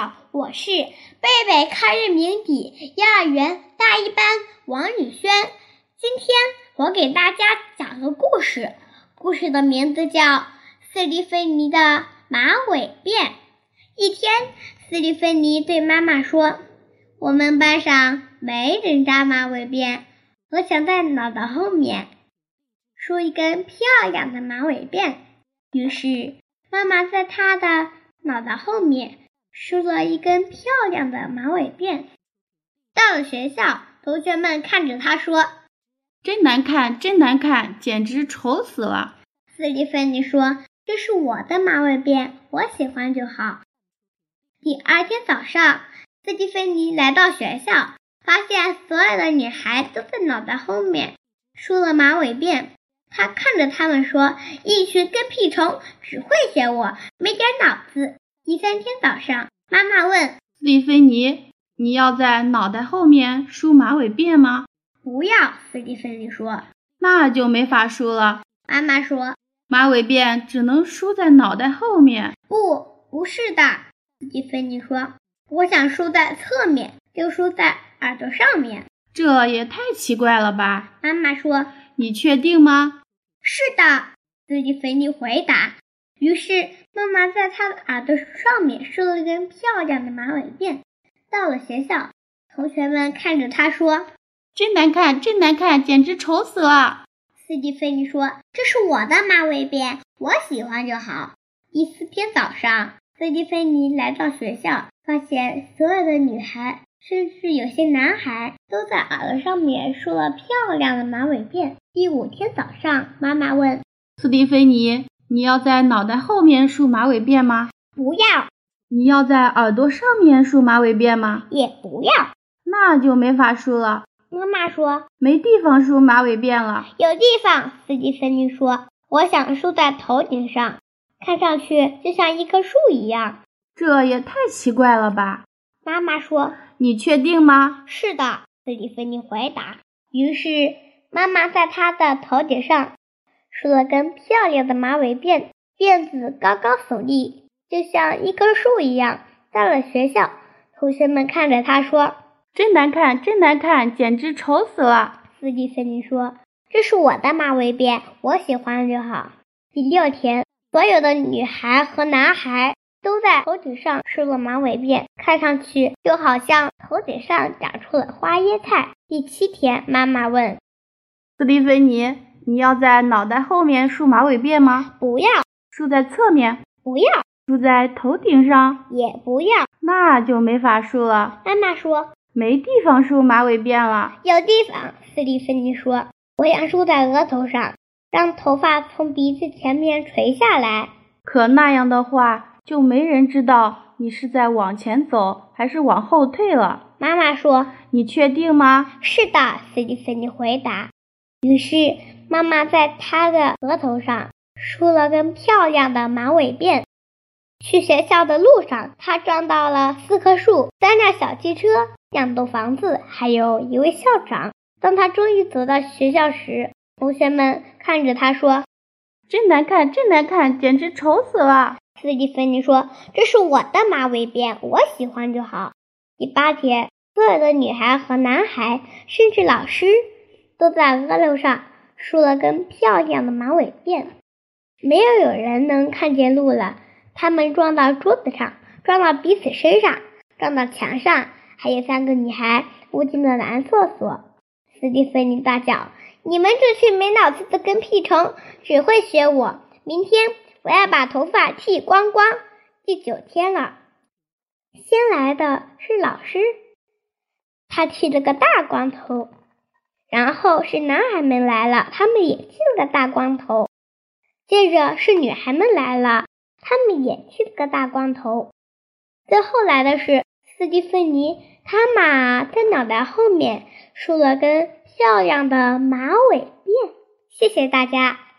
好，我是贝贝抗日名笔幼儿园大一班王宇轩。今天我给大家讲个故事，故事的名字叫《斯蒂芬妮的马尾辫》。一天，斯蒂芬妮对妈妈说：“我们班上没人扎马尾辫，我想在脑袋后面梳一根漂亮的马尾辫。”于是，妈妈在她的脑袋后面梳了一根漂亮的马尾辫。到了学校，同学们看着她说：“ 真难看，真难看，简直丑死了。” 斯蒂芬妮说：“这是我的马尾辫，我喜欢就好。”第二天早上，斯蒂芬妮来到学校，发现所有的女孩都在脑袋后面梳了马尾辫。她看着她们说：“一群跟屁虫，只会学我，没点脑子。”第三天早上，妈妈问斯蒂芬妮：“你要在脑袋后面梳马尾辫吗？”“ 不要。”斯蒂芬妮说。 “那就没法梳了。” 妈妈说。“ 马尾辫只能梳在脑袋后面。”“ 不是的。”斯蒂芬妮说，“我想梳在侧面，就梳在耳朵上面。”“ 这也太奇怪了吧？” 妈妈说。 “你确定吗？”“ 是的。”斯蒂芬妮回答。于是妈妈在她的耳朵上面梳了一根漂亮的马尾辫。到了学校，同学们看着她说：“ 真难看，真难看，简直丑死了。” 斯蒂芬妮说：“这是我的马尾辫，我喜欢就好。”第四天早上，斯蒂芬妮来到学校，发现所有的女孩，甚至有些男孩都在耳朵上面梳了漂亮的马尾辫。第五天早上，妈妈问斯蒂芬妮：“你要在脑袋后面梳马尾辫吗？”“ 不要。”“ 你要在耳朵上面梳马尾辫吗？”“ 也不要。”“ 那就没法梳了。” 妈妈说。“ 没地方梳马尾辫了。”“ 有地方。”斯蒂芬妮说，“我想梳在头顶上，看上去就像一棵树一样。”“ 这也太奇怪了吧？” 妈妈说。 “你确定吗？”“ 是的。”斯蒂芬妮回答。于是妈妈在她的头顶上梳了根漂亮的马尾辫，辫子高高耸立，就像一棵树一样。到了学校，同学们看着她说：“ 真难看，真难看，简直丑死了。” 斯蒂芬妮说：“这是我的马尾辫，我喜欢就好。”第六天，所有的女孩和男孩都在头顶上梳了马尾辫，看上去就好像头顶上长出了花椰菜。第七天，妈妈问斯蒂芬妮：“你要在脑袋后面梳马尾辫吗？”“ 不要。”“ 梳在侧面？”“ 不要。”“梳在头顶上？”“ 也不要。”“ 那就没法梳了。” 妈妈说。“ 没地方梳马尾辫了。”“ 有地方。”斯蒂芬妮说，“我想梳在额头上，让头发从鼻子前面垂下来。”“ 可那样的话，就没人知道你是在往前走还是往后退了。” 妈妈说。“ 你确定吗？”“ 是的。”斯蒂芬妮回答。于是妈妈在她的额头上梳了根漂亮的马尾辫。去学校的路上，她撞到了4棵树、3辆小汽车、2栋房子，还有一位校长。当她终于走到学校时，同学们看着她说：“ 真难看，真难看，简直丑死了。” 斯蒂芬妮说：“这是我的马尾辫，我喜欢就好。”第8天，所有的女孩和男孩，甚至老师，都在额头上梳了根漂亮的马尾辫。没有人能看见路了，他们撞到桌子上，撞到彼此身上，撞到墙上，还有3个女孩误进了男厕所。斯蒂芬妮大叫：“你们这群没脑子的跟屁虫，只会学我！明天我要把头发剃光光。”第9天了，先来的是老师，他剃了个大光头。然后是男孩们来了，他们也剃了个大光头。接着是女孩们来了，他们也剃了个大光头。最后来的是斯蒂芬妮，她嘛在脑袋后面梳了根漂亮的马尾辫。谢谢大家。